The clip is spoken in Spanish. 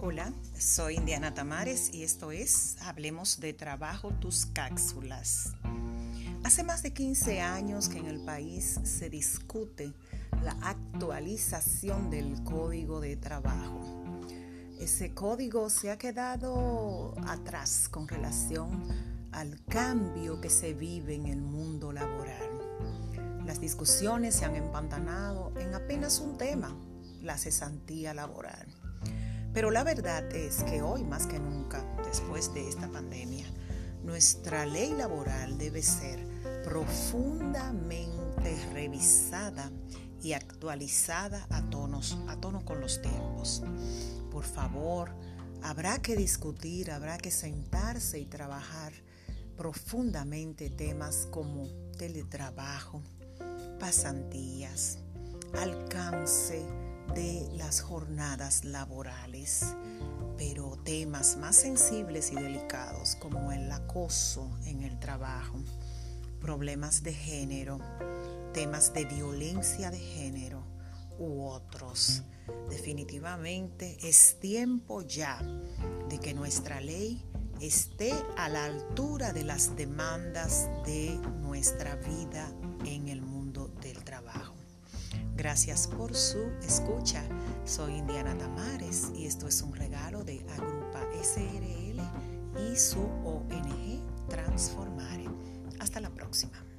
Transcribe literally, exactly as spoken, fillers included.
Hola, soy Indiana Tamares y esto es Hablemos de Trabajo, tus cápsulas. Hace más de quince años que en el país se discute la actualización del Código de Trabajo. Ese código se ha quedado atrás con relación al cambio que se vive en el mundo laboral. Las discusiones se han empantanado en apenas un tema, la cesantía laboral. Pero la verdad es que hoy más que nunca, después de esta pandemia, nuestra ley laboral debe ser profundamente revisada y actualizada a tonos, a tono con los tiempos. Por favor, habrá que discutir, habrá que sentarse y trabajar profundamente temas como teletrabajo, pasantías, alcance de las jornadas laborales, pero temas más sensibles y delicados como el acoso en el trabajo, problemas de género, temas de violencia de género u otros. Definitivamente es tiempo ya de que nuestra ley esté a la altura de las demandas de nuestra vida en el mundo del trabajo. Gracias por su escucha. Soy Indiana Tamares y esto es un regalo de Agrupa S R L y su O N G Transformare. Hasta la próxima.